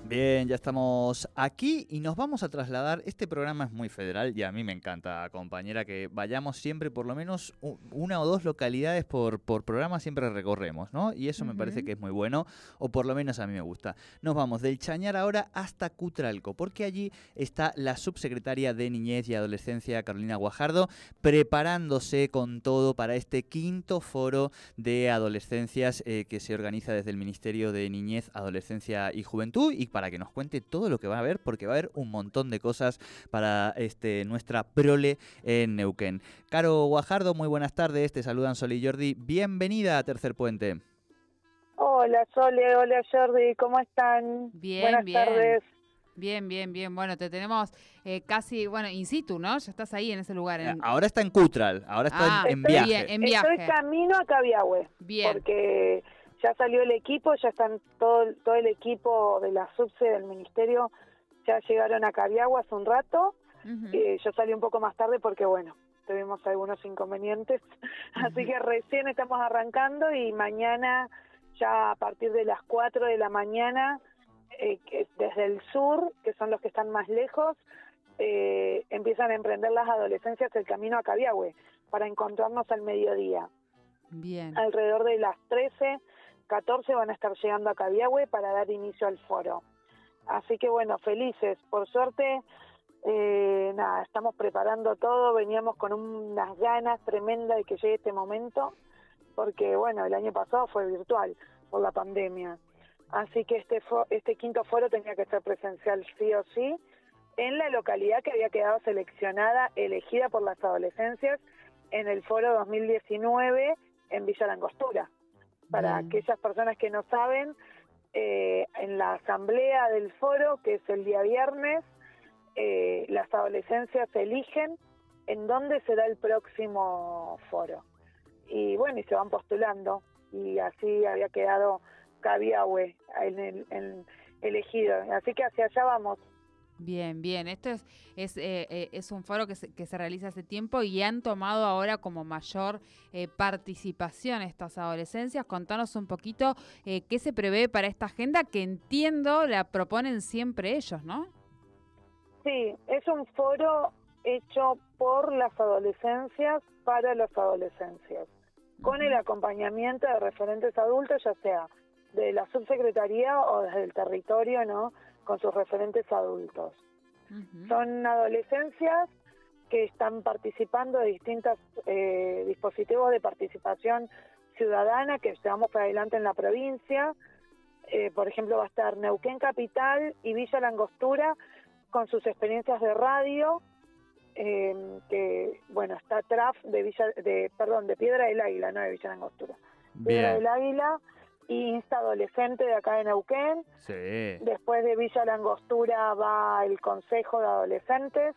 Bien, ya estamos aquí y nos vamos a trasladar. Este programa es muy federal y a mí me encanta, compañera, que vayamos siempre por lo menos una o dos localidades por programa, siempre recorremos, ¿no? Y eso me parece que es muy bueno, o por lo menos a mí me gusta. Nos vamos del Chañar ahora hasta Cutralco, porque allí está la subsecretaria de Niñez y Adolescencia, Carolina Guajardo, preparándose con todo para este quinto foro de adolescencias que se organiza desde el Ministerio de Niñez, Adolescencia y Juventud, y para que nos cuente todo lo que va a haber, porque va a haber un montón de cosas para nuestra prole en Neuquén. Caro Guajardo, muy buenas tardes, te saludan Sol y Jordi, bienvenida a Tercer Puente. Hola Sole, hola Jordi, ¿cómo están? Bien, buenas tardes. Bien. Bueno, te tenemos casi, in situ, ¿no? Ya estás ahí en ese lugar. Ahora está en Cutral, ahora está en viaje. En viaje. Estoy camino a Cabiahue. Bien. Porque ya salió el equipo, ya están todo el equipo de la subse del ministerio, ya llegaron a Cabiahue hace un rato. Yo salí un poco más tarde porque, tuvimos algunos inconvenientes, así que recién estamos arrancando y mañana, ya a partir de las 4 de la mañana, desde el sur, que son los que están más lejos, empiezan a emprender las adolescencias el camino a Cabiahue para encontrarnos al mediodía. Bien. Alrededor de las 13:14 van a estar llegando a Cabiahue para dar inicio al foro. Así que felices. Por suerte, estamos preparando todo, veníamos con unas ganas tremendas de que llegue este momento, porque el año pasado fue virtual por la pandemia. Así que este quinto foro tenía que ser presencial sí o sí, en la localidad que había quedado seleccionada, elegida por las adolescencias en el foro 2019 en Villa Langostura. Para aquellas personas que no saben, en la asamblea del foro, que es el día viernes, las adolescencias eligen en dónde será el próximo foro. Y se van postulando, y así había quedado Cabiahue elegido. Así que hacia allá vamos. Bien. Esto es un foro que se realiza hace tiempo y han tomado ahora como mayor participación estas adolescencias. Contanos un poquito qué se prevé para esta agenda, que entiendo la proponen siempre ellos, ¿no? Sí, es un foro hecho por las adolescencias para las adolescencias, con el acompañamiento de referentes adultos, ya sea de la subsecretaría o desde el territorio, ¿no?, con sus referentes adultos. Son adolescencias que están participando de distintos dispositivos de participación ciudadana que llevamos para adelante en la provincia. Por ejemplo, va a estar Neuquén Capital y Villa Langostura con sus experiencias de radio, que está TRAF de Piedra del Águila, no de Villa Langostura. Piedra del Águila y Insta Adolescente de acá de Neuquén. Sí. Después de Villa Langostura va el Consejo de Adolescentes.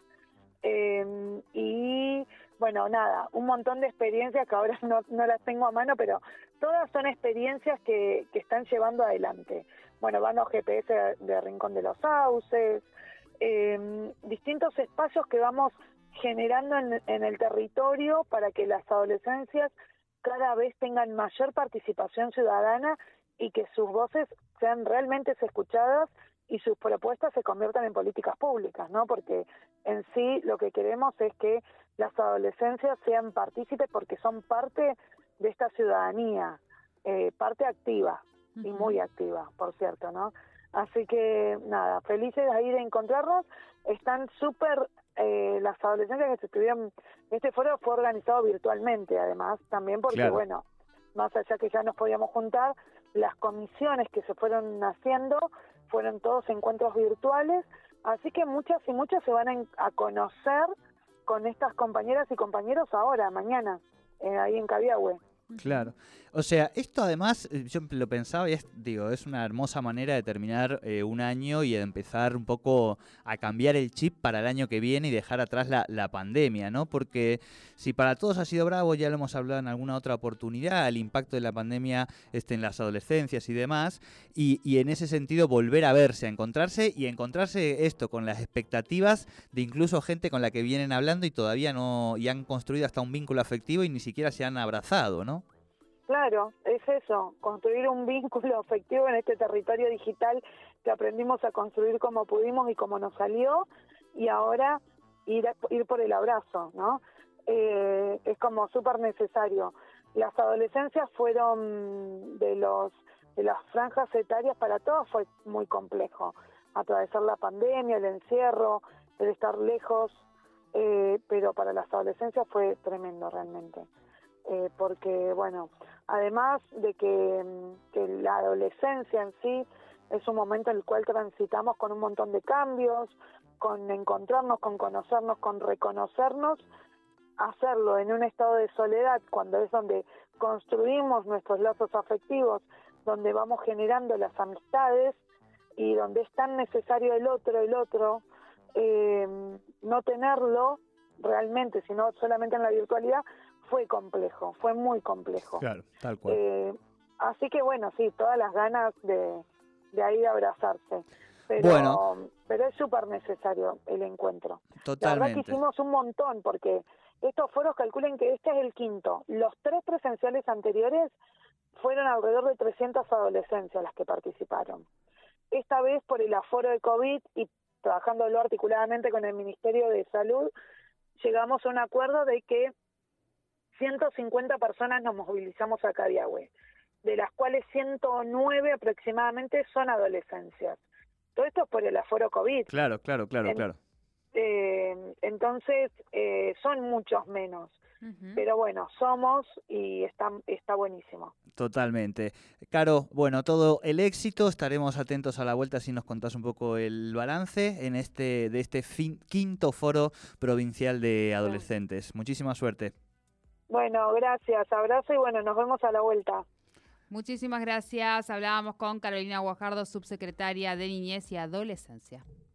Y un montón de experiencias que ahora no las tengo a mano, pero todas son experiencias que están llevando adelante. Van los GPS de Rincón de los Sauces, distintos espacios que vamos generando en el territorio para que las adolescencias cada vez tengan mayor participación ciudadana y que sus voces sean realmente escuchadas y sus propuestas se conviertan en políticas públicas, ¿no? Porque en sí lo que queremos es que las adolescencias sean partícipes porque son parte de esta ciudadanía, parte activa y muy activa, por cierto, ¿no? Así que felices de ir a encontrarnos. Están súper las adolescencias que se estuvieron. Este foro fue organizado virtualmente, además, también porque, claro, más allá que ya nos podíamos juntar, las comisiones que se fueron haciendo fueron todos encuentros virtuales, así que muchas y muchos se van a conocer con estas compañeras y compañeros ahora, mañana, ahí en Cabiahue. Claro. O sea, esto además, yo lo pensaba y es una hermosa manera de terminar un año y de empezar un poco a cambiar el chip para el año que viene y dejar atrás la pandemia, ¿no? Porque si para todos ha sido bravo, ya lo hemos hablado en alguna otra oportunidad, el impacto de la pandemia en las adolescencias y demás, y en ese sentido volver a verse, a encontrarse esto con las expectativas de incluso gente con la que vienen hablando y todavía no, y han construido hasta un vínculo afectivo y ni siquiera se han abrazado, ¿no? Claro, es eso, construir un vínculo afectivo en este territorio digital que aprendimos a construir como pudimos y como nos salió, y ahora ir por el abrazo, ¿no? Es como súper necesario. Las adolescencias fueron de las franjas etarias, para todos fue muy complejo. Atravesar la pandemia, el encierro, el estar lejos, pero para las adolescencias fue tremendo realmente. Porque, bueno, además de que la adolescencia en sí es un momento en el cual transitamos con un montón de cambios, con encontrarnos, con conocernos, con reconocernos, hacerlo en un estado de soledad, cuando es donde construimos nuestros lazos afectivos, donde vamos generando las amistades y donde es tan necesario el otro, no tenerlo realmente, sino solamente en la virtualidad, fue complejo, fue muy complejo. Claro, tal cual. Así que bueno, sí, todas las ganas de ahí abrazarse. Pero es súper necesario el encuentro. Totalmente. La verdad que hicimos un montón, porque estos foros, calculen que este es el quinto. Los 3 presenciales anteriores fueron alrededor de 300 adolescencias las que participaron. Esta vez, por el aforo de COVID y trabajándolo articuladamente con el Ministerio de Salud, llegamos a un acuerdo de que 150 personas nos movilizamos a Cabiahue, de las cuales 109 aproximadamente son adolescencias. Todo esto es por el aforo COVID. Claro. Entonces, son muchos menos. Pero bueno, somos y está buenísimo. Totalmente. Caro, bueno, todo el éxito. Estaremos atentos a la vuelta si nos contás un poco el balance de este quinto foro provincial de adolescentes. Muchísima suerte. Bueno, gracias. Abrazo y bueno, nos vemos a la vuelta. Muchísimas gracias. Hablábamos con Carolina Guajardo, subsecretaria de Niñez y Adolescencia.